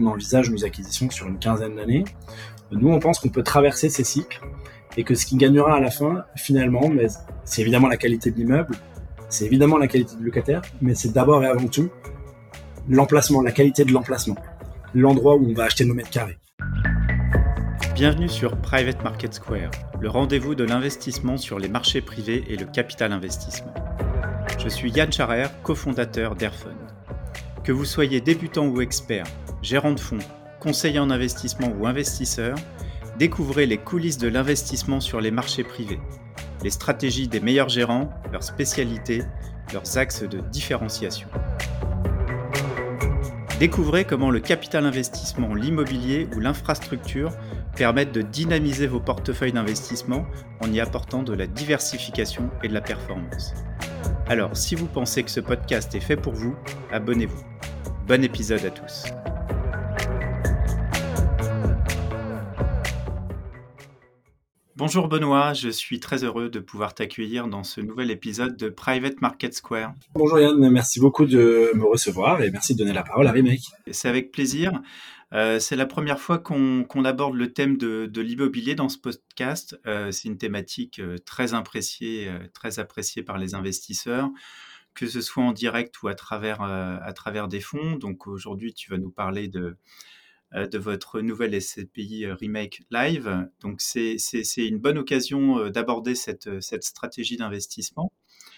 on envisage nos acquisitions sur une quinzaine d'années. Nous, on pense qu'on peut traverser ces cycles et que ce qui gagnera à la fin, finalement, mais c'est évidemment la qualité de l'immeuble, c'est évidemment la qualité du locataire, mais c'est d'abord et avant tout l'emplacement, la qualité de l'emplacement, l'endroit où on va acheter nos mètres carrés. Bienvenue sur Private Market Square, le rendez-vous de l'investissement sur les marchés privés et le capital investissement. Je suis Yann Charer, cofondateur d'Airfund. Que vous soyez débutant ou expert, gérant de fonds, conseiller en investissement ou investisseur, découvrez les coulisses de l'investissement sur les marchés privés, les stratégies des meilleurs gérants, leurs spécialités, leurs axes de différenciation. Découvrez comment le capital investissement, l'immobilier ou l'infrastructure permettent de dynamiser vos portefeuilles d'investissement en y apportant de la diversification et de la performance. Alors, si vous pensez que ce podcast est fait pour vous, abonnez-vous. Bon épisode à tous. Bonjour Benoît, je suis très heureux de pouvoir t'accueillir dans ce nouvel épisode de Private Market Square. Bonjour Yann, merci beaucoup de me recevoir et merci de donner la parole à Remake. C'est avec plaisir. C'est la première fois qu'on aborde le thème de l'immobilier dans ce podcast. C'est une thématique très appréciée par les investisseurs, que ce soit en direct ou à travers des fonds. Donc aujourd'hui, tu vas nous parler de votre nouvelle SCPI Remake Live. Donc c'est une bonne occasion d'aborder cette stratégie d'investissement.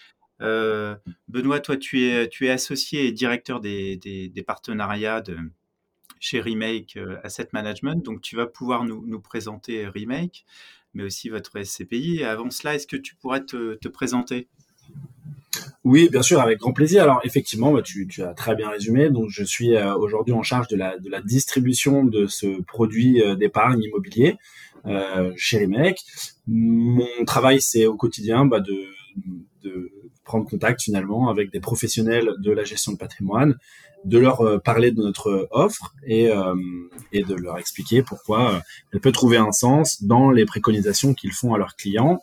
Benoît, toi tu es associé et directeur des partenariats chez Remake Asset Management, donc tu vas pouvoir nous présenter Remake, mais aussi votre SCPI. Et avant cela, est-ce que tu pourrais te présenter ? Oui, bien sûr, avec grand plaisir. Alors effectivement, tu as très bien résumé. Donc je suis aujourd'hui en charge de la distribution de ce produit d'épargne immobilier chez Remake. Mon travail, c'est au quotidien de prendre contact finalement avec des professionnels de la gestion de patrimoine, de leur parler de notre offre et de leur expliquer pourquoi elle peut trouver un sens dans les préconisations qu'ils font à leurs clients.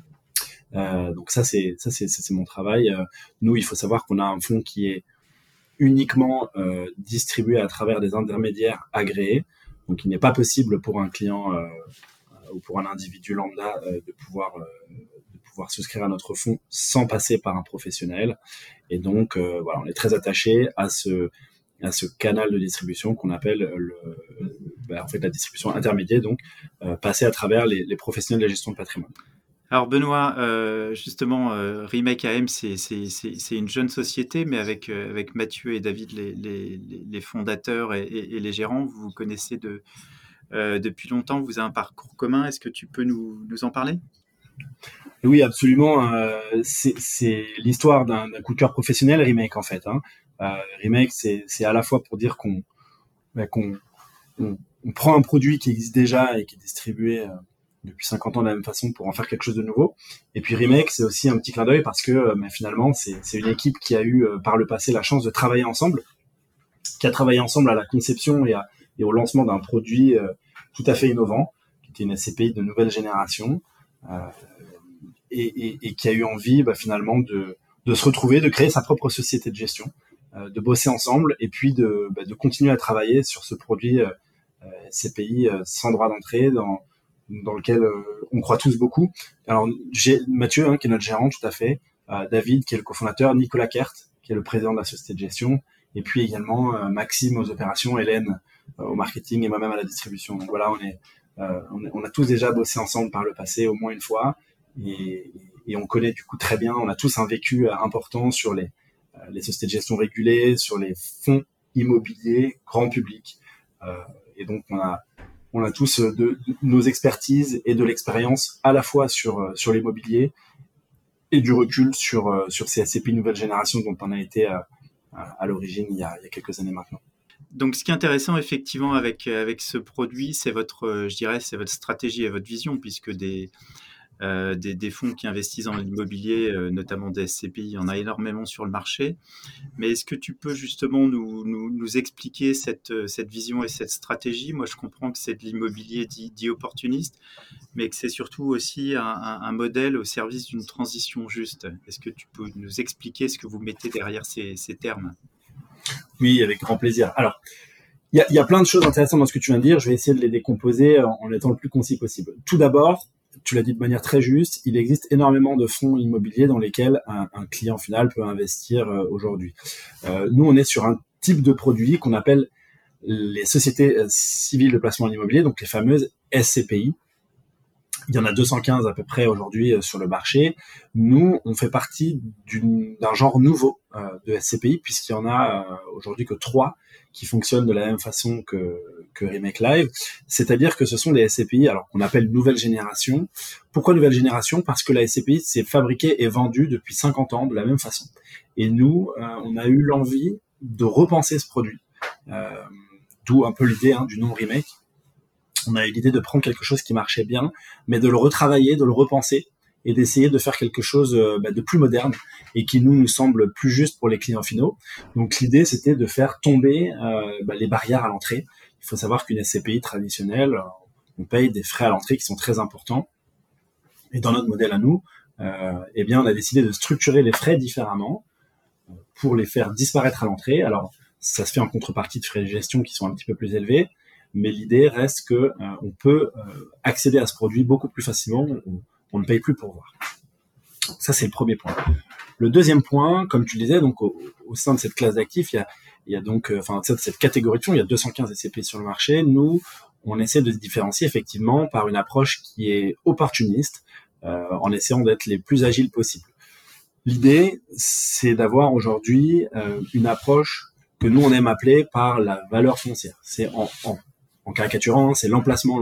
Donc ça c'est mon travail. Nous, il faut savoir qu'on a un fonds qui est uniquement distribué à travers des intermédiaires agréés. Donc il n'est pas possible pour un client ou pour un individu lambda de pouvoir souscrire à notre fonds sans passer par un professionnel. Et donc voilà, on est très attaché à ce canal de distribution qu'on appelle en fait la distribution intermédiaire, donc passer à travers les professionnels de la gestion de patrimoine. Alors Benoît, justement, Remake AM, c'est une jeune société, mais avec Mathieu et David, les fondateurs et les gérants, vous vous connaissez depuis longtemps, vous avez un parcours commun. Est-ce que tu peux nous en parler ? Oui, absolument. C'est l'histoire d'un coup de cœur professionnel, Remake, en fait. Remake, c'est à la fois pour dire qu'on prend un produit qui existe déjà et qui est distribué depuis 50 ans de la même façon pour en faire quelque chose de nouveau. Et puis Remake, c'est aussi un petit clin d'œil parce que finalement, c'est une équipe qui a eu par le passé la chance de travailler ensemble, qui a travaillé ensemble à la conception et au lancement d'un produit tout à fait innovant, qui était une SCPI de nouvelle génération, et qui a eu envie finalement de se retrouver, de créer sa propre société de gestion, de bosser ensemble et puis de continuer à travailler sur ce produit SCPI sans droit d'entrée dans lequel on croit tous beaucoup. Alors j'ai Mathieu qui est notre gérant, tout à fait, David qui est le cofondateur, Nicolas Kert qui est le président de la société de gestion, et puis également Maxime aux opérations, Hélène au marketing et moi-même à la distribution. Donc voilà, on a tous déjà bossé ensemble par le passé au moins une fois, et on connaît du coup très bien, on a tous un vécu important sur les sociétés de gestion régulées, sur les fonds immobiliers grand public, et donc on a tous nos expertises et de l'expérience à la fois sur l'immobilier et du recul sur ces SCPI nouvelle génération dont on a été à l'origine il y a quelques années maintenant. Donc, ce qui est intéressant effectivement avec ce produit, c'est votre stratégie et votre vision, puisque des fonds qui investissent dans l'immobilier, notamment des SCPI, il y en a énormément sur le marché. Mais est-ce que tu peux justement nous expliquer cette vision et cette stratégie ? Moi, je comprends que c'est de l'immobilier dit opportuniste, mais que c'est surtout aussi un modèle au service d'une transition juste. Est-ce que tu peux nous expliquer ce que vous mettez derrière ces termes ? Oui, avec grand plaisir. Alors, il Il y a plein de choses intéressantes dans ce que tu viens de dire. Je vais essayer de les décomposer en étant le plus concis possible. Tout d'abord, tu l'as dit de manière très juste, il existe énormément de fonds immobiliers dans lesquels un client final peut investir aujourd'hui. Nous, on est sur un type de produit qu'on appelle les sociétés civiles de placement en immobilier, donc les fameuses SCPI. Il y en a 215 à peu près aujourd'hui sur le marché. Nous, on fait partie d'un genre nouveau de SCPI, puisqu'il y en a aujourd'hui que 3 qui fonctionnent de la même façon que Remake Live. C'est-à-dire que ce sont des SCPI, alors qu'on appelle nouvelle génération. Pourquoi nouvelle génération? Parce que la SCPI s'est fabriquée et vendue depuis 50 ans de la même façon. Et nous, on a eu l'envie de repenser ce produit. D'où un peu l'idée du nom Remake. On a eu l'idée de prendre quelque chose qui marchait bien, mais de le retravailler, de le repenser et d'essayer de faire quelque chose de plus moderne et qui nous semble plus juste pour les clients finaux. Donc l'idée, c'était de faire tomber les barrières à l'entrée. Il faut savoir qu'une SCPI traditionnelle, on paye des frais à l'entrée qui sont très importants. Et dans notre modèle à nous, on a décidé de structurer les frais différemment pour les faire disparaître à l'entrée. Alors, ça se fait en contrepartie de frais de gestion qui sont un petit peu plus élevés, mais l'idée reste que on peut accéder à ce produit beaucoup plus facilement. On ne paye plus pour voir. Ça, c'est le premier point. Le deuxième point, comme tu le disais, donc au sein de cette classe d'actifs, il y a donc, cette catégorie de fonds, il y a 215 SCPI sur le marché. Nous, on essaie de se différencier effectivement par une approche qui est opportuniste, en essayant d'être les plus agiles possible. L'idée, c'est d'avoir aujourd'hui une approche que nous on aime appeler par la valeur foncière. C'est en caricaturant, c'est l'emplacement.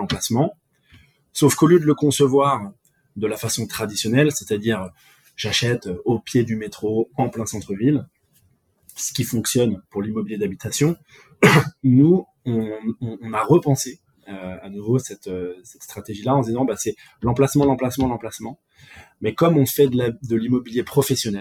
Sauf qu'au lieu de le concevoir de la façon traditionnelle, c'est-à-dire j'achète au pied du métro en plein centre-ville, ce qui fonctionne pour l'immobilier d'habitation, nous on a repensé à nouveau cette stratégie-là en se disant c'est l'emplacement. Mais comme on fait de l'immobilier professionnel,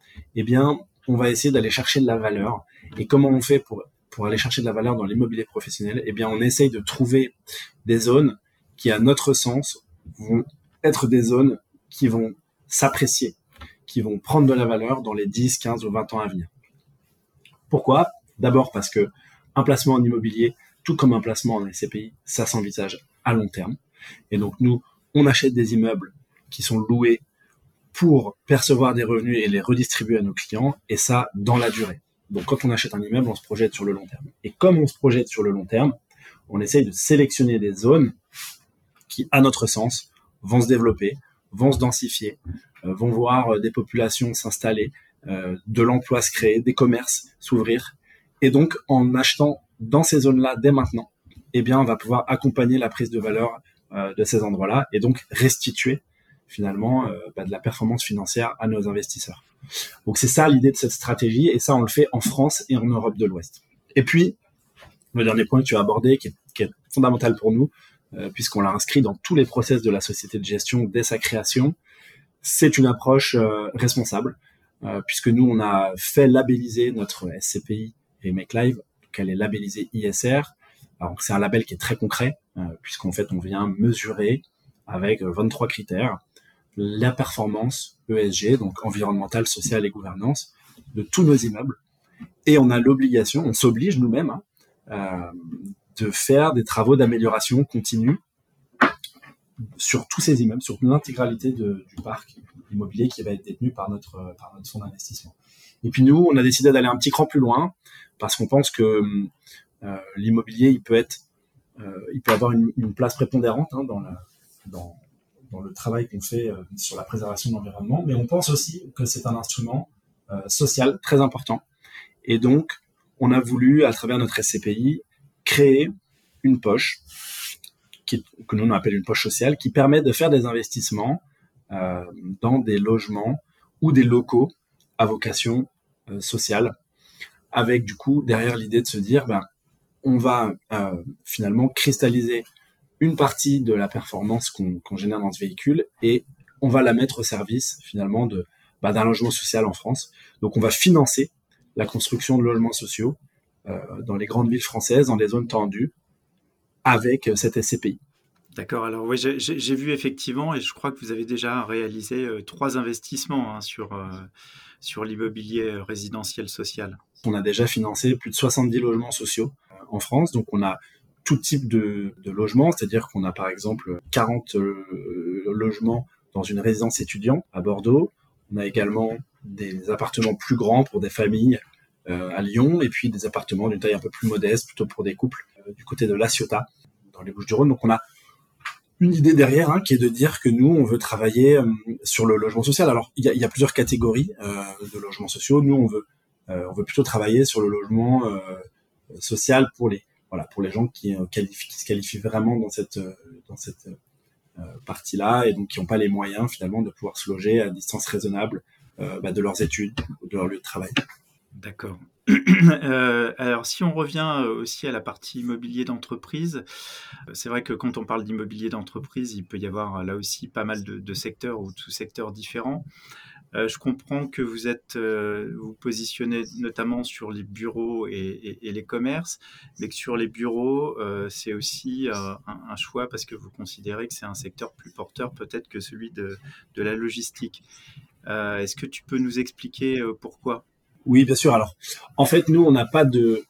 on va essayer d'aller chercher de la valeur. Et comment on fait pour aller chercher de la valeur dans l'immobilier professionnel? On essaye de trouver des zones qui, à notre sens, vont être des zones qui vont s'apprécier, qui vont prendre de la valeur dans les 10, 15 ou 20 ans à venir. Pourquoi? D'abord parce que un placement en immobilier, tout comme un placement en SCPI, ça s'envisage à long terme. Et donc nous, on achète des immeubles qui sont loués pour percevoir des revenus et les redistribuer à nos clients, et ça dans la durée. Donc quand on achète un immeuble, on se projette sur le long terme. Et comme on se projette sur le long terme, on essaye de sélectionner des zones qui, à notre sens, vont se développer, vont se densifier, vont voir des populations s'installer, de l'emploi se créer, des commerces s'ouvrir. Et donc, en achetant dans ces zones-là dès maintenant, on va pouvoir accompagner la prise de valeur de ces endroits-là et donc restituer finalement de la performance financière à nos investisseurs. Donc c'est ça l'idée de cette stratégie, et ça on le fait en France et en Europe de l'Ouest. Et puis le dernier point que tu as abordé, qui est fondamental pour nous, puisqu'on l'a inscrit dans tous les process de la société de gestion dès sa création, c'est une approche responsable, puisque nous on a fait labelliser notre SCPI et Make Live, donc elle est labellisée ISR. Alors c'est un label qui est très concret, puisqu'en fait on vient mesurer avec 23 critères la performance ESG, donc environnementale, sociale et gouvernance, de tous nos immeubles. Et on a l'obligation, on s'oblige nous-mêmes de faire des travaux d'amélioration continue sur tous ces immeubles, sur l'intégralité du parc immobilier qui va être détenu par notre fonds d'investissement. Et puis nous, on a décidé d'aller un petit cran plus loin, parce qu'on pense que l'immobilier, il peut avoir une place prépondérante dans le travail qu'on fait sur la préservation de l'environnement, mais on pense aussi que c'est un instrument social très important. Et donc, on a voulu, à travers notre SCPI, créer une poche, que nous on appelle une poche sociale, qui permet de faire des investissements dans des logements ou des locaux à vocation sociale, avec du coup, derrière l'idée de se dire, on va finalement cristalliser une partie de la performance qu'on génère dans ce véhicule et on va la mettre au service finalement d'un logement social en France. Donc on va financer la construction de logements sociaux dans les grandes villes françaises, dans les zones tendues, avec cette SCPI. D'accord, alors oui, j'ai vu effectivement, et je crois que vous avez déjà réalisé 3 investissements sur l'immobilier résidentiel social. On a déjà financé plus de 70 logements sociaux en France. Donc on a tout type de logements, c'est-à-dire qu'on a par exemple 40 logements dans une résidence étudiante à Bordeaux. On a également des appartements plus grands pour des familles à Lyon, et puis des appartements d'une taille un peu plus modeste, plutôt pour des couples, du côté de La Ciotat, dans les Bouches-du-Rhône. Donc on a une idée derrière, hein, qui est de dire que nous, on veut travailler sur le logement social. Alors il y a plusieurs catégories de logements sociaux. Nous, on veut plutôt travailler sur le logement social pour les gens qui se qualifient vraiment dans cette partie-là, et donc qui n'ont pas les moyens finalement de pouvoir se loger à distance raisonnable de leurs études ou de leur lieu de travail. D'accord. Alors, si on revient aussi à la partie immobilier d'entreprise, c'est vrai que quand on parle d'immobilier d'entreprise, il peut y avoir là aussi pas mal de secteurs ou de sous-secteurs différents. Je comprends que vous positionnez notamment sur les bureaux et les commerces, mais que sur les bureaux, c'est aussi un choix parce que vous considérez que c'est un secteur plus porteur peut-être que celui de la logistique. Est-ce que tu peux nous expliquer pourquoi? Oui, bien sûr. Alors, en fait, nous, on n'a pas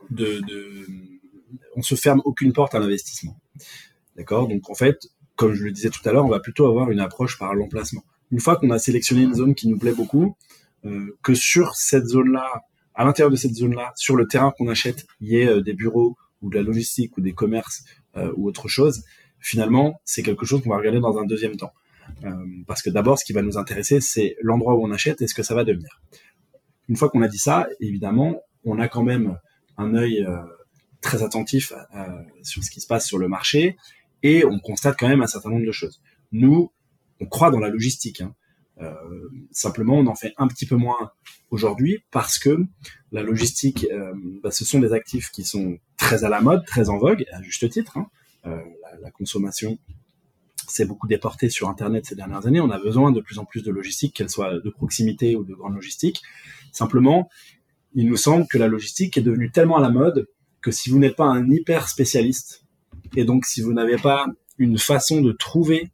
on se ferme aucune porte à l'investissement. D'accord? Donc, en fait, comme je le disais tout à l'heure, on va plutôt avoir une approche par l'emplacement. Une fois qu'on a sélectionné une zone qui nous plaît beaucoup, que sur cette zone-là, à l'intérieur de cette zone-là, sur le terrain qu'on achète, il y ait des bureaux ou de la logistique ou des commerces ou autre chose, finalement, c'est quelque chose qu'on va regarder dans un deuxième temps. Parce que d'abord, ce qui va nous intéresser, c'est l'endroit où on achète et ce que ça va devenir. Une fois qu'on a dit ça, évidemment, on a quand même un œil très attentif sur ce qui se passe sur le marché, et on constate quand même un certain nombre de choses. Nous, on croit dans la logistique, hein. Simplement, on en fait un petit peu moins aujourd'hui parce que la logistique, ce sont des actifs qui sont très à la mode, très en vogue, à juste titre, hein. La consommation s'est beaucoup déportée sur Internet ces dernières années. On a besoin de plus en plus de logistique, qu'elle soit de proximité ou de grande logistique. Simplement, il nous semble que la logistique est devenue tellement à la mode que si vous n'êtes pas un hyper spécialiste, et donc si vous n'avez pas une façon de trouver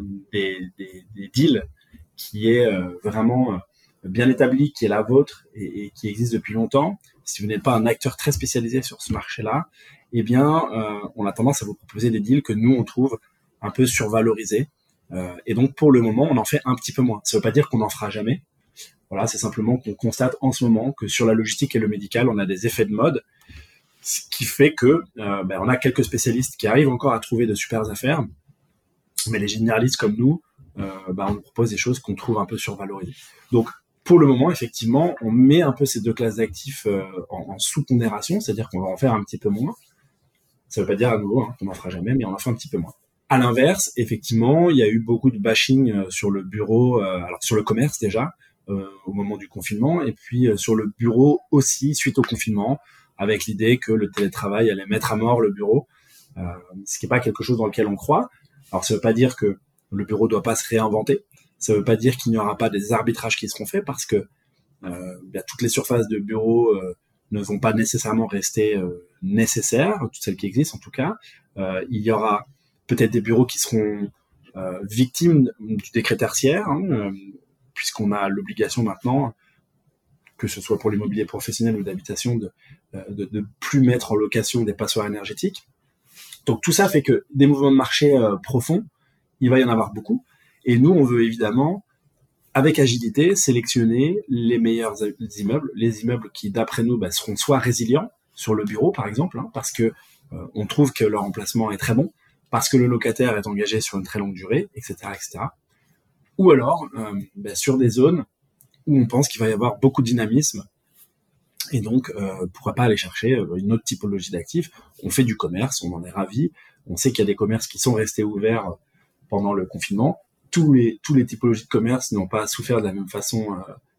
des deals qui est vraiment bien établie, qui est la vôtre et qui existe depuis longtemps, si vous n'êtes pas un acteur très spécialisé sur ce marché-là, eh bien, on a tendance à vous proposer des deals que nous, on trouve un peu survalorisés. Et donc, pour le moment, on en fait un petit peu moins. Ça ne veut pas dire qu'on n'en fera jamais. Voilà, c'est simplement qu'on constate en ce moment que sur la logistique et le médical, on a des effets de mode, ce qui fait que on a quelques spécialistes qui arrivent encore à trouver de super affaires, mais les généralistes comme nous, on nous propose des choses qu'on trouve un peu survalorisées. Donc, pour le moment, effectivement, on met un peu ces deux classes d'actifs en sous-pondération, c'est-à-dire qu'on va en faire un petit peu moins. Ça ne veut pas dire à nouveau qu'on n'en fera jamais, mais on en fait un petit peu moins. À l'inverse, effectivement, il y a eu beaucoup de bashing sur le bureau, alors sur le commerce déjà, au moment du confinement, et puis sur le bureau aussi suite au confinement, avec l'idée que le télétravail allait mettre à mort le bureau, ce qui n'est pas quelque chose dans lequel on croit. Alors ça ne veut pas dire que le bureau ne doit pas se réinventer, ça ne veut pas dire qu'il n'y aura pas des arbitrages qui seront faits, parce que toutes les surfaces de bureaux ne vont pas nécessairement rester nécessaires, toutes celles qui existent en tout cas. Il y aura peut-être des bureaux qui seront victimes du décret tertiaire, hein, puisqu'on a l'obligation maintenant, que ce soit pour l'immobilier professionnel ou d'habitation, de plus mettre en location des passoires énergétiques. Donc tout ça fait que des mouvements de marché profonds, il va y en avoir beaucoup. Et nous, on veut évidemment, avec agilité, sélectionner les meilleurs immeubles, les immeubles qui, d'après nous, seront soit résilients sur le bureau, par exemple, hein, parce que on trouve que leur emplacement est très bon, parce que le locataire est engagé sur une très longue durée, etc., etc. Ou alors sur des zones où on pense qu'il va y avoir beaucoup de dynamisme, et donc pourquoi pas aller chercher une autre typologie d'actifs. On fait du commerce, on en est ravis, on sait qu'il y a des commerces qui sont restés ouverts pendant le confinement. Tous les typologies de commerce n'ont pas souffert de la même façon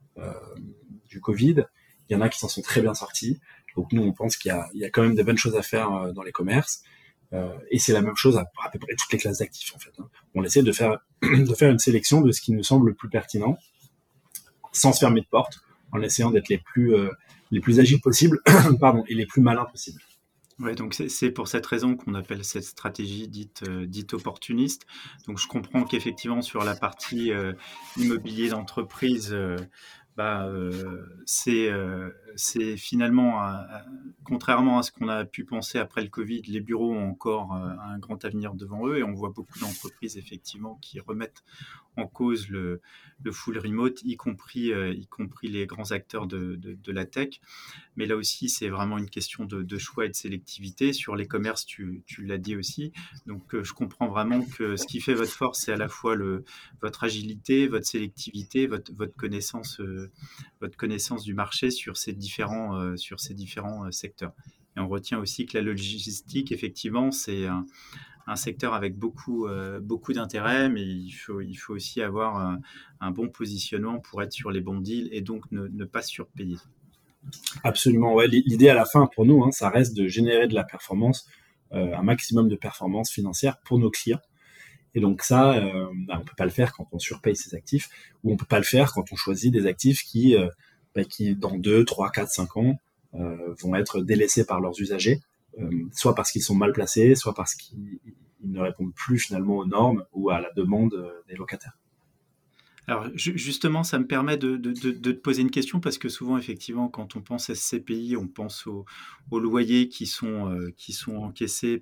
du Covid. Il y en a qui s'en sont très bien sortis. Donc nous, on pense qu'il y a quand même des bonnes choses à faire dans les commerces. Et c'est la même chose à peu près toutes les classes d'actifs, en fait, hein. On essaie de faire une sélection de ce qui nous semble le plus pertinent, sans se fermer de porte, en essayant d'être les plus agiles possibles pardon, et les plus malins possibles. Ouais, donc c'est pour cette raison qu'on appelle cette stratégie dite opportuniste. Donc je comprends qu'effectivement sur la partie immobilier d'entreprise, c'est finalement, contrairement à ce qu'on a pu penser après le Covid, les bureaux ont encore un grand avenir devant eux et on voit beaucoup d'entreprises effectivement qui remettent en cause le full remote, y compris les grands acteurs de la tech. Mais là aussi, c'est vraiment une question de choix et de sélectivité. Sur les commerces, tu l'as dit aussi. Donc, je comprends vraiment que ce qui fait votre force, c'est à la fois votre agilité, votre sélectivité, votre connaissance du marché sur ces différents secteurs. Et on retient aussi que la logistique, effectivement, c'est un secteur avec beaucoup d'intérêt, mais il faut aussi avoir un bon positionnement pour être sur les bons deals et donc ne pas surpayer. Absolument, ouais. L'idée à la fin pour nous, ça reste de générer de la performance, un maximum de performance financière pour nos clients. Et donc ça, on peut pas le faire quand on surpaye ses actifs, ou on peut pas le faire quand on choisit des actifs qui dans 2, 3, 4, 5 ans vont être délaissés par leurs usagers, soit parce qu'ils sont mal placés, soit parce qu'ils ne répondent plus finalement aux normes ou à la demande des locataires. Alors justement, ça me permet de te poser une question parce que souvent, effectivement, quand on pense SCPI, on pense aux loyers qui sont encaissés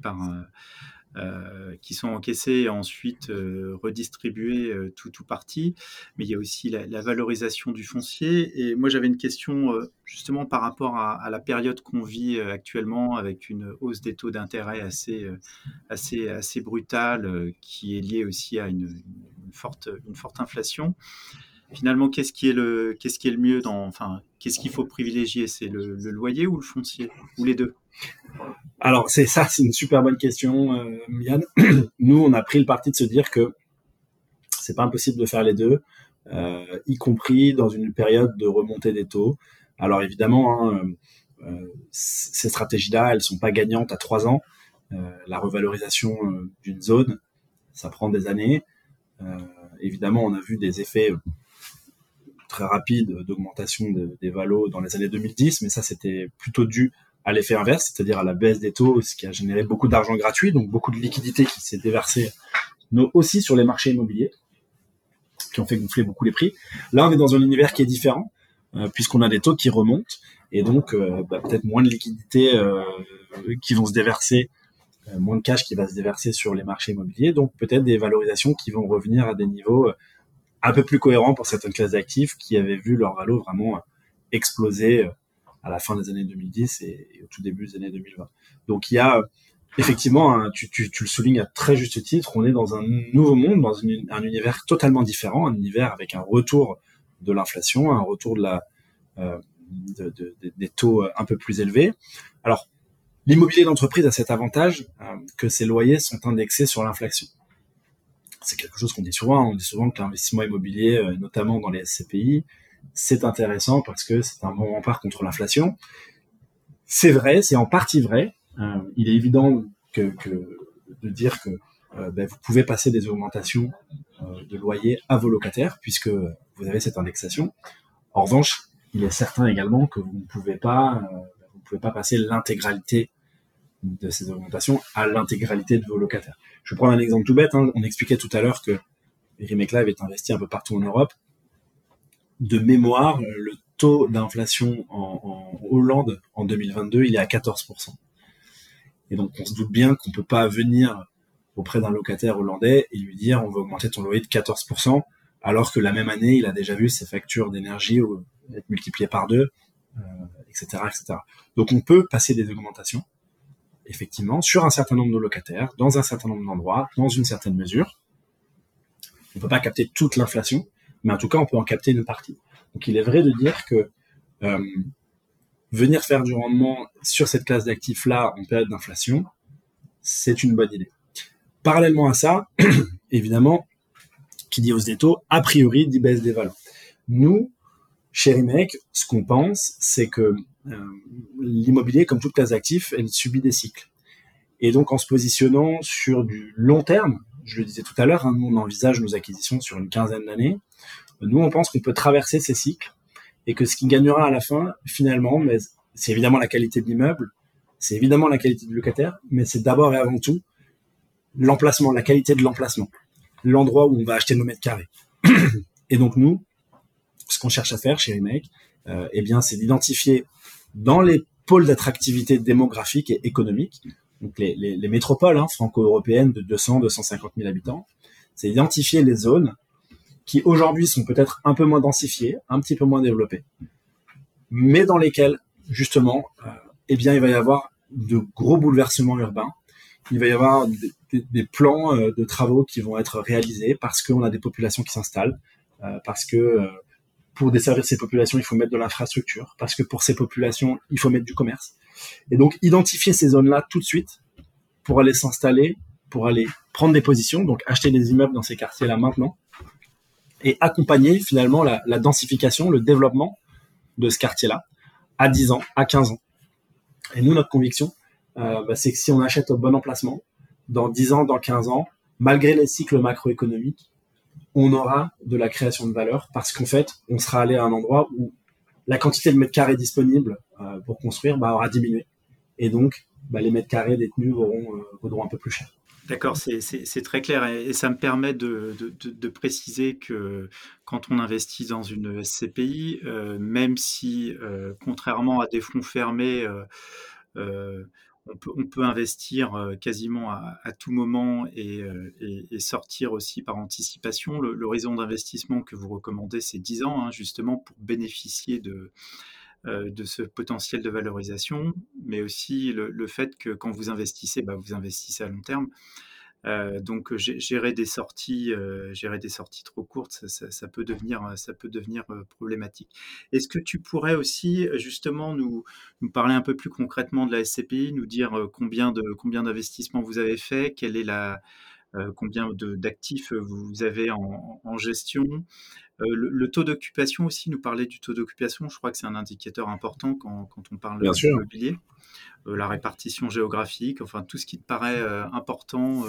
et ensuite redistribués tout parti. Mais il y a aussi la valorisation du foncier. Et moi, j'avais une question justement par rapport à la période qu'on vit actuellement avec une hausse des taux d'intérêt assez brutale qui est liée aussi à une forte inflation. Finalement, qu'est-ce qui est le mieux qu'est-ce qu'il faut privilégier? C'est le loyer ou le foncier? Ou les deux? Alors, c'est une super bonne question, Yann. Nous, on a pris le parti de se dire que c'est pas impossible de faire les deux, y compris dans une période de remontée des taux. Alors évidemment, ces stratégies-là, elles sont pas gagnantes à 3 ans. La revalorisation d'une zone, ça prend des années. Évidemment, on a vu des effets très rapides d'augmentation des valos dans les années 2010, mais ça, c'était plutôt dû à l'effet inverse, c'est-à-dire à la baisse des taux, ce qui a généré beaucoup d'argent gratuit, donc beaucoup de liquidités qui s'est déversée aussi sur les marchés immobiliers, qui ont fait gonfler beaucoup les prix. Là, on est dans un univers qui est différent, puisqu'on a des taux qui remontent, et donc peut-être moins de liquidités qui vont se déverser, moins de cash qui va se déverser sur les marchés immobiliers, donc peut-être des valorisations qui vont revenir à des niveaux un peu plus cohérents pour certaines classes d'actifs qui avaient vu leur valo vraiment exploser à la fin des années 2010 et au tout début des années 2020. Donc il y a effectivement, tu le soulignes à très juste titre, on est dans un nouveau monde, dans un univers totalement différent, un univers avec un retour de l'inflation, un retour des taux un peu plus élevés. Alors, l'immobilier d'entreprise a cet avantage que ses loyers sont indexés sur l'inflation. C'est quelque chose qu'on dit souvent. On dit souvent que l'investissement immobilier, notamment dans les SCPI, c'est intéressant parce que c'est un bon rempart contre l'inflation. C'est vrai, c'est en partie vrai. Il est évident de dire que vous pouvez passer des augmentations de loyer à vos locataires puisque vous avez cette indexation. En revanche, il est certain également que vous ne pouvez pas passer l'intégralité de ces augmentations à l'intégralité de vos locataires. Je vais prendre un exemple tout bête. On expliquait tout à l'heure que Rimeck Live est investi un peu partout en Europe. De mémoire, le taux d'inflation en Hollande en 2022, il est à 14%. Et donc, on se doute bien qu'on ne peut pas venir auprès d'un locataire hollandais et lui dire on va augmenter ton loyer de 14%, alors que la même année, il a déjà vu ses factures d'énergie être multipliées par 2, etc., etc. Donc, on peut passer des augmentations, effectivement, sur un certain nombre de locataires, dans un certain nombre d'endroits, dans une certaine mesure. On ne peut pas capter toute l'inflation, mais en tout cas, on peut en capter une partie. Donc, il est vrai de dire que venir faire du rendement sur cette classe d'actifs-là en période d'inflation, c'est une bonne idée. Parallèlement à ça, évidemment, qui dit hausse des taux, a priori, dit baisse des valeurs. Nous, chez Rimeck, ce qu'on pense, c'est que l'immobilier, comme toute classe d'actifs, elle subit des cycles. Et donc, en se positionnant sur du long terme, je le disais tout à l'heure, nous, on envisage nos acquisitions sur une quinzaine d'années. Nous, on pense qu'on peut traverser ces cycles et que ce qui gagnera à la fin, finalement, mais c'est évidemment la qualité de l'immeuble, c'est évidemment la qualité du locataire, mais c'est d'abord et avant tout l'emplacement, la qualité de l'emplacement, l'endroit où on va acheter nos mètres carrés. Et donc, nous, Ce qu'on cherche à faire chez Remake, eh bien, c'est d'identifier dans les pôles d'attractivité démographique et économique, donc les métropoles franco-européennes de 200-250 000 habitants, c'est identifier les zones qui aujourd'hui sont peut-être un peu moins densifiées, un petit peu moins développées, mais dans lesquelles, justement, eh bien, il va y avoir de gros bouleversements urbains. Il va y avoir des plans de travaux qui vont être réalisés parce qu'on a des populations qui s'installent, parce que pour desservir ces populations, il faut mettre de l'infrastructure, parce que pour ces populations, il faut mettre du commerce. Et donc, identifier ces zones-là tout de suite pour aller s'installer, pour aller prendre des positions, donc acheter des immeubles dans ces quartiers-là maintenant, et accompagner finalement la densification, le développement de ce quartier-là à 10 ans, à 15 ans. Et nous, notre conviction, c'est que si on achète au bon emplacement, dans 10 ans, dans 15 ans, malgré les cycles macroéconomiques, on aura de la création de valeur parce qu'en fait, on sera allé à un endroit où la quantité de mètres carrés disponibles pour construire aura diminué. Et donc, les mètres carrés détenus vaudront un peu plus cher. D'accord, c'est très clair et ça me permet de préciser que quand on investit dans une SCPI, même si, contrairement à des fonds fermés, on peut investir quasiment à tout moment et sortir aussi par anticipation. L'horizon d'investissement que vous recommandez, c'est 10 ans, justement pour bénéficier de ce potentiel de valorisation, mais aussi le fait que quand vous investissez, vous investissez à long terme. Donc gérer des sorties trop courtes, ça peut devenir problématique. Est-ce que tu pourrais aussi justement nous parler un peu plus concrètement de la SCPI, nous dire combien d'investissements vous avez fait, quelle est combien d'actifs vous avez en gestion, le taux d'occupation aussi, nous parler du taux d'occupation, je crois que c'est un indicateur important quand on parle d'immobilier. La répartition géographique, enfin tout ce qui te paraît important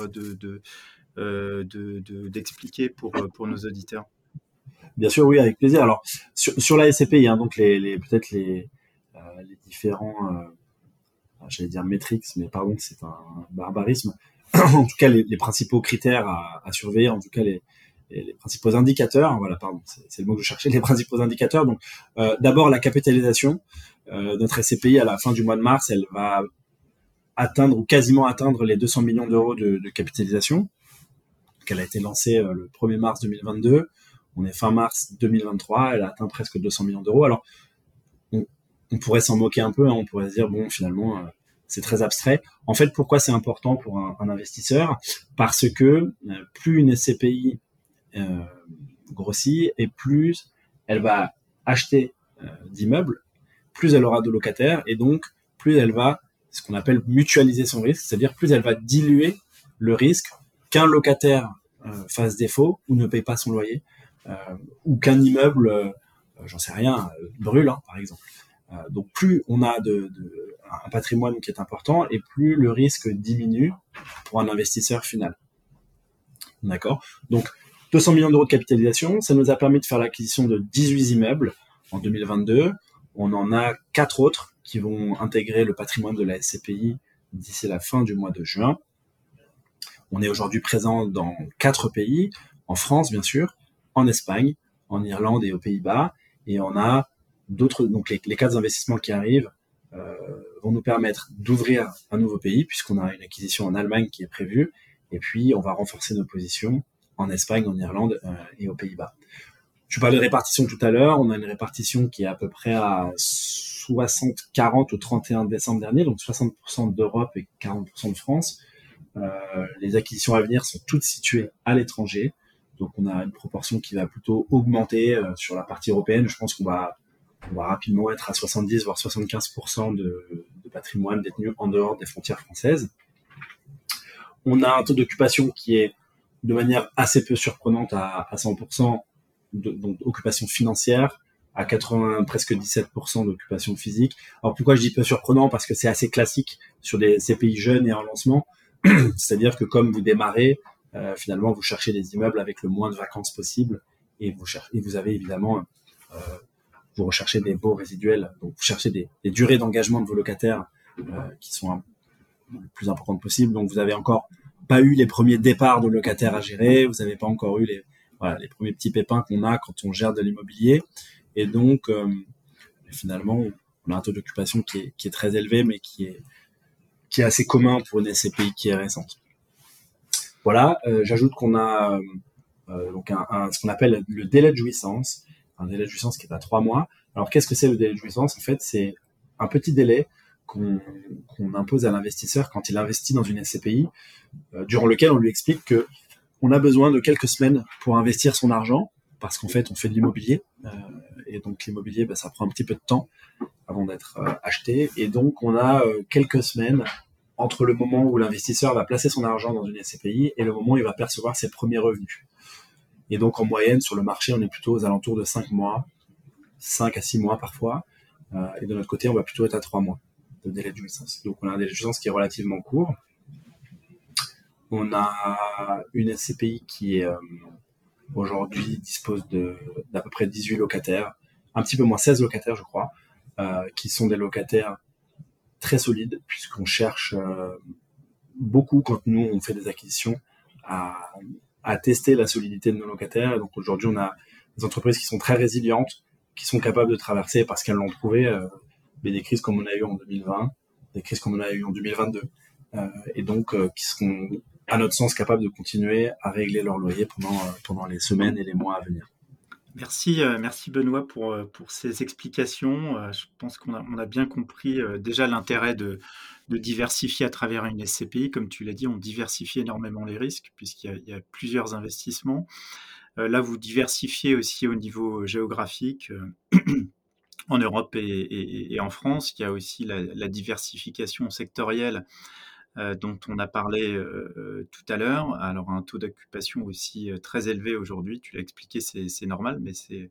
d'expliquer pour nos auditeurs. Bien sûr, oui, avec plaisir. Alors sur la SCPI, donc peut-être les différents, j'allais dire métriques, mais pardon, c'est un barbarisme. En tout cas, les principaux critères à surveiller, en tout cas les principaux indicateurs, voilà, pardon, c'est le mot que je cherchais, les principaux indicateurs. Donc, d'abord la capitalisation. Notre SCPI, à la fin du mois de mars, elle va atteindre ou quasiment atteindre les 200 millions d'euros de capitalisation. Donc, elle a été lancée le 1er mars 2022. On est fin mars 2023, elle a atteint presque 200 millions d'euros. Alors, on pourrait s'en moquer un peu, on pourrait se dire, bon, finalement, c'est très abstrait. En fait, pourquoi c'est important pour un investisseur ? Parce que plus une SCPI grossit et plus elle va acheter d'immeubles, plus elle aura de locataires et donc plus elle va, ce qu'on appelle mutualiser son risque, c'est-à-dire plus elle va diluer le risque qu'un locataire fasse défaut ou ne paye pas son loyer ou qu'un immeuble, j'en sais rien, brûle, par exemple. Donc plus on a un patrimoine qui est important et plus le risque diminue pour un investisseur final. D'accord ? Donc 200 millions d'euros de capitalisation, ça nous a permis de faire l'acquisition de 18 immeubles en 2022. On en a 4 autres qui vont intégrer le patrimoine de la SCPI d'ici la fin du mois de juin. On est aujourd'hui présent dans 4 pays, en France bien sûr, en Espagne, en Irlande et aux Pays-Bas. Et on a d'autres, donc les 4 investissements qui arrivent vont nous permettre d'ouvrir un nouveau pays puisqu'on a une acquisition en Allemagne qui est prévue. Et puis on va renforcer nos positions en Espagne, en Irlande et aux Pays-Bas. Je parlais de répartition tout à l'heure. On a une répartition qui est à peu près à 60-40 au 31 décembre dernier, donc 60% d'Europe et 40% de France. Les acquisitions à venir sont toutes situées à l'étranger. Donc on a une proportion qui va plutôt augmenter sur la partie européenne. Je pense qu'on va rapidement être à 70 voire 75% de patrimoine détenu en dehors des frontières françaises. On a un taux d'occupation qui est de manière assez peu surprenante à 100%, donc occupation financière, à presque 17% d'occupation physique. Alors pourquoi je dis peu surprenant ? Parce que c'est assez classique sur des CPI jeunes et en lancement. C'est-à-dire que comme vous démarrez, finalement vous cherchez des immeubles avec le moins de vacances possible et vous avez évidemment vous recherchez des baux résiduels, donc vous cherchez des durées d'engagement de vos locataires qui sont le plus importantes possible. Donc vous avez encore pas eu les premiers départs de locataires à gérer, vous n'avez pas encore eu voilà, les premiers petits pépins qu'on a quand on gère de l'immobilier. Et donc, finalement, on a un taux d'occupation qui est très élevé, mais qui est assez commun pour une SCPI qui est récente. Voilà, j'ajoute qu'on a donc ce qu'on appelle le délai de jouissance, un délai de jouissance qui est à 3 mois. Alors, qu'est-ce que c'est le délai de jouissance? En fait, c'est un petit délai qu'on impose à l'investisseur quand il investit dans une SCPI, durant lequel on lui explique que on a besoin de quelques semaines pour investir son argent, parce qu'en fait, on fait de l'immobilier, et donc l'immobilier, ça prend un petit peu de temps avant d'être acheté, et donc on a quelques semaines entre le moment où l'investisseur va placer son argent dans une SCPI et le moment où il va percevoir ses premiers revenus. Et donc, en moyenne, sur le marché, on est plutôt aux alentours de 5 mois, 5 à 6 mois parfois. Et de notre côté, on va plutôt être à 3 mois de délai de jouissance. Donc, on a un délai de jouissance qui est relativement court. On a une SCPI qui aujourd'hui dispose d'à peu près 18 locataires, un petit peu moins 16 locataires, je crois, qui sont des locataires très solides, puisqu'on cherche beaucoup, quand nous, on fait des acquisitions, à tester la solidité de nos locataires. Et donc aujourd'hui, on a des entreprises qui sont très résilientes, qui sont capables de traverser, parce qu'elles l'ont prouvé, mais des crises comme on a eu en 2020, des crises comme on a eu en 2022, et donc qui seront, à notre sens, capables de continuer à régler leur loyer pendant les semaines et les mois à venir. Merci, merci Benoît pour ces explications. Je pense qu'on a bien compris déjà l'intérêt de diversifier à travers une SCPI. Comme tu l'as dit, on diversifie énormément les risques puisqu'il y a plusieurs investissements. Là, vous diversifiez aussi au niveau géographique. En Europe et en France, il y a aussi la diversification sectorielle dont on a parlé tout à l'heure. Alors un taux d'occupation aussi très élevé aujourd'hui, tu l'as expliqué, c'est normal, mais c'est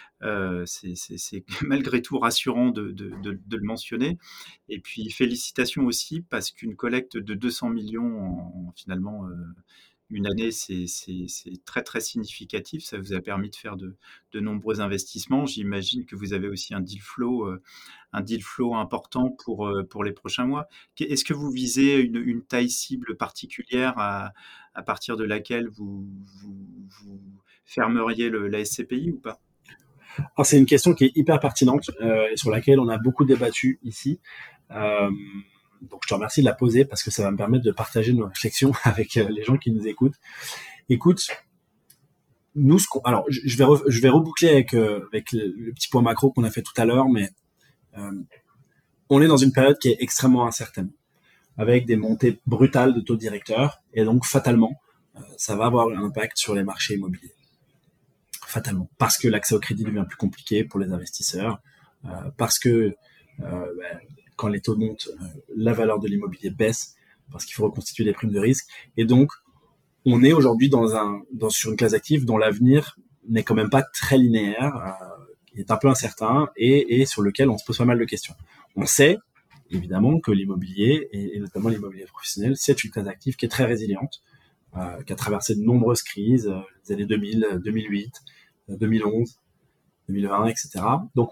malgré tout rassurant de le mentionner. Et puis félicitations aussi parce qu'une collecte de 200 millions finalement une année, c'est très très significatif. Ça vous a permis de faire de nombreux investissements. J'imagine que vous avez aussi un deal flow important pour les prochains mois. Est-ce que vous visez une taille cible particulière à partir de laquelle vous fermeriez la SCPI ou pas? Alors, c'est une question qui est hyper pertinente et sur laquelle on a beaucoup débattu ici. Donc, je te remercie de la poser parce que ça va me permettre de partager nos réflexions avec les gens qui nous écoutent. Écoute, nous, alors, je vais reboucler avec le petit point macro qu'on a fait tout à l'heure, mais on est dans une période qui est extrêmement incertaine, avec des montées brutales de taux directeurs, et donc fatalement, ça va avoir un impact sur les marchés immobiliers. Fatalement, parce que l'accès au crédit devient plus compliqué pour les investisseurs, parce que quand les taux montent, la valeur de l'immobilier baisse, parce qu'il faut reconstituer des primes de risque, et donc on est aujourd'hui sur une classe d'actifs dont l'avenir n'est quand même pas très linéaire, il est un peu incertain, et sur lequel on se pose pas mal de questions. On sait évidemment que l'immobilier, et notamment l'immobilier professionnel, c'est une classe d'actifs qui est très résiliente, qui a traversé de nombreuses crises, les années 2000, 2008, 2011, 2020, etc. Donc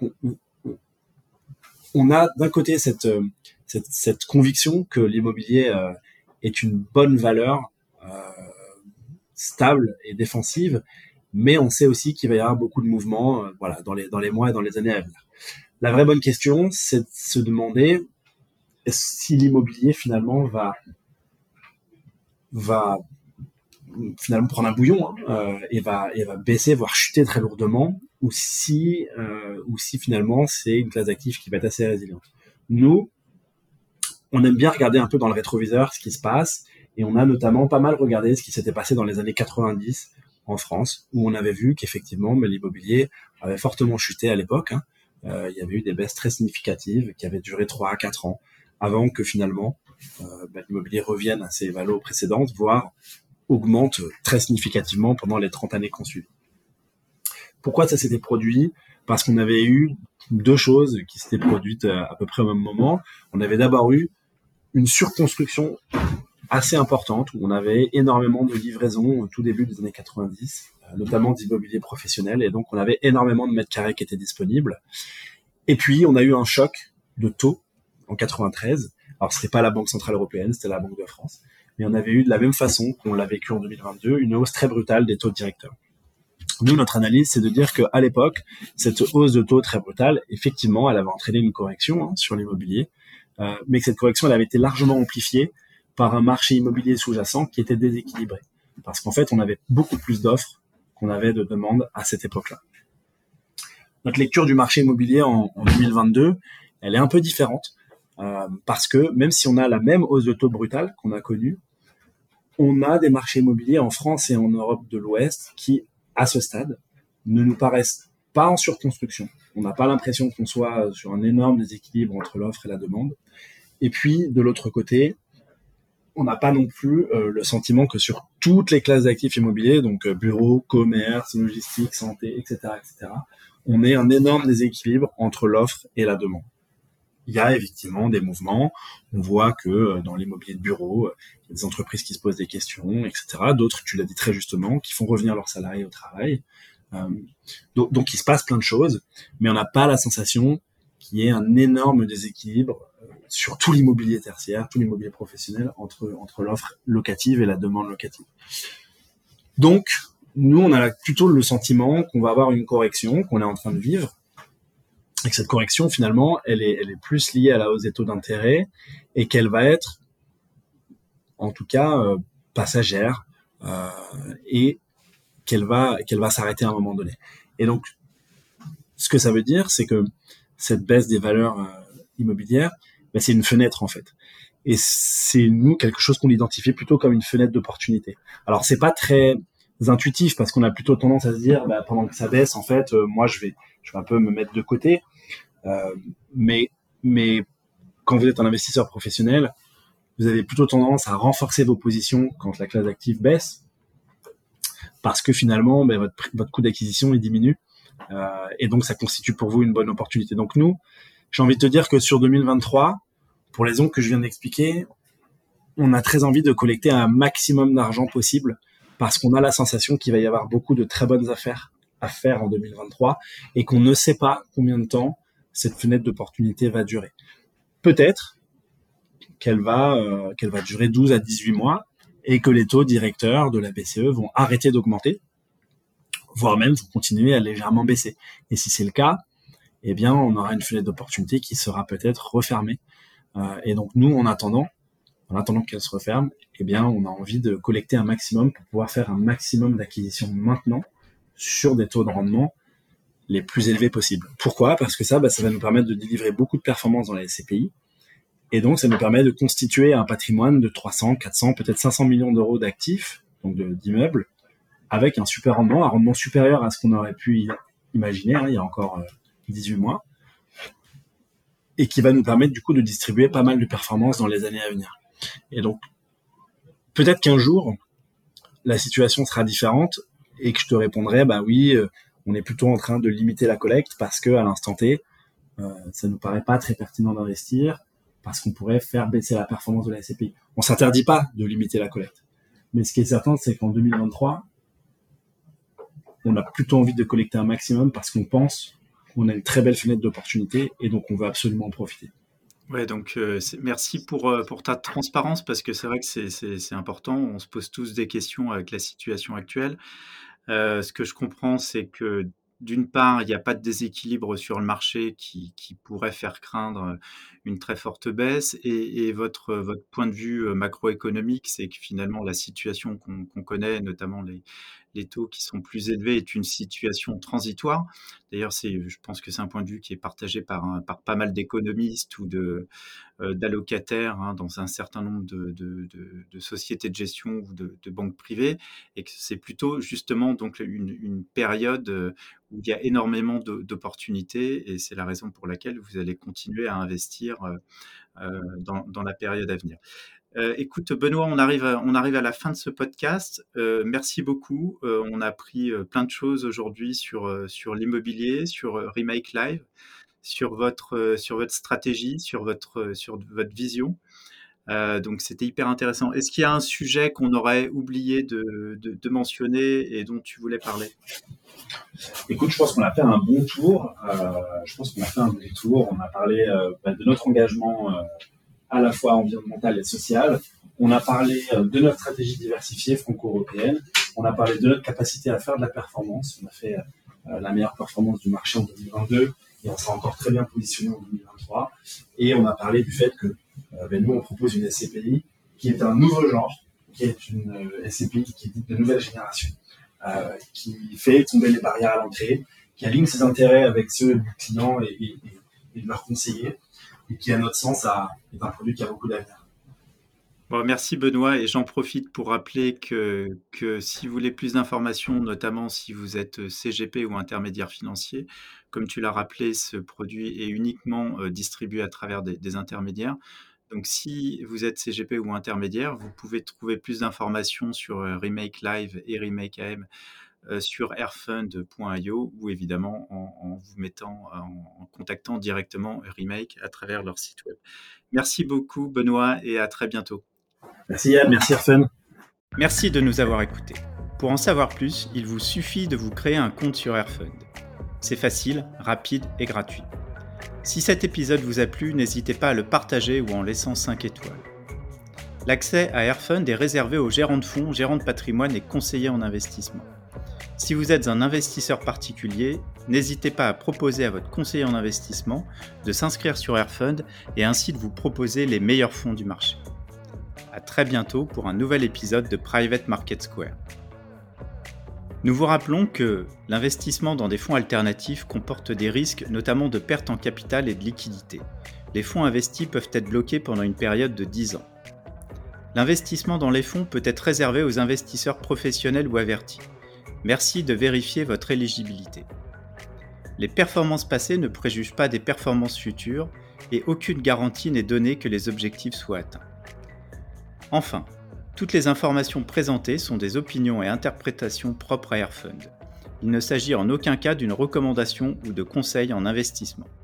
on a d'un côté cette conviction que l'immobilier est une bonne valeur stable et défensive, mais on sait aussi qu'il va y avoir beaucoup de mouvements dans les mois et dans les années à venir. La vraie bonne question, c'est de se demander si l'immobilier finalement va finalement prendre un bouillon et va baisser, voire chuter très lourdement, ou si finalement c'est une classe d'actifs qui va être assez résiliente. Nous, on aime bien regarder un peu dans le rétroviseur ce qui se passe, et on a notamment pas mal regardé ce qui s'était passé dans les années 90 en France, où on avait vu qu'effectivement l'immobilier avait fortement chuté à l'époque. Il y avait eu des baisses très significatives qui avaient duré 3 à 4 ans, avant que finalement l'immobilier revienne à ses valeurs précédentes, voire augmente très significativement pendant les 30 années qu'on suit. Pourquoi ça s'était produit? Parce qu'on avait eu deux choses qui s'étaient produites à peu près au même moment. On avait d'abord eu une surconstruction assez importante, où on avait énormément de livraisons au tout début des années 90, notamment d'immobilier professionnel, et donc on avait énormément de mètres carrés qui étaient disponibles. Et puis on a eu un choc de taux en 93. Alors c'était pas la Banque Centrale Européenne, c'était la Banque de France. Mais on avait eu de la même façon qu'on l'a vécu en 2022, une hausse très brutale des taux directeurs. Nous, notre analyse, c'est de dire qu'à l'époque, cette hausse de taux très brutale, effectivement, elle avait entraîné une correction sur l'immobilier, mais que cette correction, elle avait été largement amplifiée par un marché immobilier sous-jacent qui était déséquilibré. Parce qu'en fait, on avait beaucoup plus d'offres qu'on avait de demandes à cette époque-là. Notre lecture du marché immobilier en 2022, elle est un peu différente, parce que même si on a la même hausse de taux brutale qu'on a connue, on a des marchés immobiliers en France et en Europe de l'Ouest qui, à ce stade, ne nous paraissent pas en surconstruction. On n'a pas l'impression qu'on soit sur un énorme déséquilibre entre l'offre et la demande. Et puis, de l'autre côté, on n'a pas non plus le sentiment que sur toutes les classes d'actifs immobiliers, donc bureaux, commerce, logistique, santé, etc., on ait un énorme déséquilibre entre l'offre et la demande. Il y a effectivement des mouvements. On voit que dans l'immobilier de bureau, il y a des entreprises qui se posent des questions, etc. D'autres, tu l'as dit très justement, qui font revenir leurs salariés au travail. Donc il se passe plein de choses, mais on n'a pas la sensation qu'il y ait un énorme déséquilibre sur tout l'immobilier tertiaire, tout l'immobilier professionnel entre l'offre locative et la demande locative. Donc, nous, on a plutôt le sentiment qu'on va avoir une correction, qu'on est en train de vivre, et que cette correction, finalement, elle est plus liée à la hausse des taux d'intérêt et qu'elle va être, en tout cas, passagère et qu'elle va s'arrêter à un moment donné. Et donc, ce que ça veut dire, c'est que cette baisse des valeurs immobilières, c'est une fenêtre, en fait. Et c'est, nous, quelque chose qu'on identifie plutôt comme une fenêtre d'opportunité. Alors, c'est pas très intuitif parce qu'on a plutôt tendance à se dire, pendant que ça baisse, en fait, moi, je vais un peu me mettre de côté. Mais quand vous êtes un investisseur professionnel, vous avez plutôt tendance à renforcer vos positions quand la classe d'actifs baisse, parce que finalement, votre coût d'acquisition il diminue, et donc ça constitue pour vous une bonne opportunité. Donc nous, j'ai envie de te dire que sur 2023, pour les raisons que je viens d'expliquer, on a très envie de collecter un maximum d'argent possible, parce qu'on a la sensation qu'il va y avoir beaucoup de très bonnes affaires à faire en 2023, et qu'on ne sait pas combien de temps cette fenêtre d'opportunité va durer. Peut-être qu'elle va durer 12 à 18 mois et que les taux directeurs de la BCE vont arrêter d'augmenter, voire même vont continuer à légèrement baisser. Et si c'est le cas, eh bien, on aura une fenêtre d'opportunité qui sera peut-être refermée. Et donc, nous, en attendant qu'elle se referme, eh bien, on a envie de collecter un maximum pour pouvoir faire un maximum d'acquisitions maintenant sur des taux de rendement les plus élevés possibles. Pourquoi ? Parce que ça va nous permettre de délivrer beaucoup de performances dans les SCPI. Et donc, ça nous permet de constituer un patrimoine de 300, 400, peut-être 500 millions d'euros d'actifs, donc d'immeubles, avec un super rendement, un rendement supérieur à ce qu'on aurait pu imaginer il y a encore 18 mois, et qui va nous permettre du coup de distribuer pas mal de performances dans les années à venir. Et donc, peut-être qu'un jour, la situation sera différente et que je te répondrai, oui, on est plutôt en train de limiter la collecte parce que à l'instant T, ça nous paraît pas très pertinent d'investir parce qu'on pourrait faire baisser la performance de la SCPI. On s'interdit pas de limiter la collecte. Mais ce qui est certain, c'est qu'en 2023, on a plutôt envie de collecter un maximum parce qu'on pense qu'on a une très belle fenêtre d'opportunité et donc on veut absolument en profiter. Ouais, donc merci pour ta transparence parce que c'est vrai que c'est important. On se pose tous des questions avec la situation actuelle. Ce que je comprends, c'est que d'une part, il n'y a pas de déséquilibre sur le marché qui pourrait faire craindre une très forte baisse. Et votre point de vue macroéconomique, c'est que finalement, la situation qu'on connaît, notamment les taux qui sont plus élevés, est une situation transitoire. D'ailleurs, je pense que c'est un point de vue qui est partagé par pas mal d'économistes ou d'allocataires dans un certain nombre de sociétés de gestion ou de banques privées, et que c'est plutôt justement donc une période où il y a énormément d'opportunités, et c'est la raison pour laquelle vous allez continuer à investir dans la période à venir. Écoute, Benoît, on arrive à la fin de ce podcast. Merci beaucoup. On a appris plein de choses aujourd'hui sur l'immobilier, sur Remake Live, sur votre stratégie, sur votre vision. Donc, c'était hyper intéressant. Est-ce qu'il y a un sujet qu'on aurait oublié de mentionner et dont tu voulais parler ? Écoute, je pense qu'on a fait un bon tour. On a parlé de notre engagement à la fois environnemental et social. On a parlé de notre stratégie diversifiée franco-européenne. On a parlé de notre capacité à faire de la performance. On a fait la meilleure performance du marché en 2022 et on sera encore très bien positionné en 2023. Et on a parlé du fait que nous, on propose une SCPI qui est un nouveau genre, qui est une SCPI qui est dite de nouvelle génération, qui fait tomber les barrières à l'entrée, qui aligne ses intérêts avec ceux du client et de leurs conseillers, et qui, à notre sens, est un produit qui a beaucoup d'avenir. Bon, merci Benoît, et j'en profite pour rappeler que si vous voulez plus d'informations, notamment si vous êtes CGP ou intermédiaire financier, comme tu l'as rappelé, ce produit est uniquement distribué à travers des intermédiaires. Donc si vous êtes CGP ou intermédiaire, vous pouvez trouver plus d'informations sur Remake Live et Remake AM sur airfund.io ou évidemment en vous mettant en contactant directement Remake à travers leur site web. Merci beaucoup Benoît et à très bientôt. Merci Yann, merci Airfund. Merci de nous avoir écoutés. Pour en savoir plus, il vous suffit de vous créer un compte sur Airfund. C'est facile, rapide et gratuit. Si cet épisode vous a plu, n'hésitez pas à le partager ou en laissant 5 étoiles. L'accès à Airfund est réservé aux gérants de fonds, gérants de patrimoine et conseillers en investissement. Si vous êtes un investisseur particulier, n'hésitez pas à proposer à votre conseiller en investissement de s'inscrire sur Airfund et ainsi de vous proposer les meilleurs fonds du marché. À très bientôt pour un nouvel épisode de Private Market Square. Nous vous rappelons que l'investissement dans des fonds alternatifs comporte des risques, notamment de perte en capital et de liquidité. Les fonds investis peuvent être bloqués pendant une période de 10 ans. L'investissement dans les fonds peut être réservé aux investisseurs professionnels ou avertis. Merci de vérifier votre éligibilité. Les performances passées ne préjugent pas des performances futures et aucune garantie n'est donnée que les objectifs soient atteints. Enfin, toutes les informations présentées sont des opinions et interprétations propres à Airfund. Il ne s'agit en aucun cas d'une recommandation ou de conseil en investissement.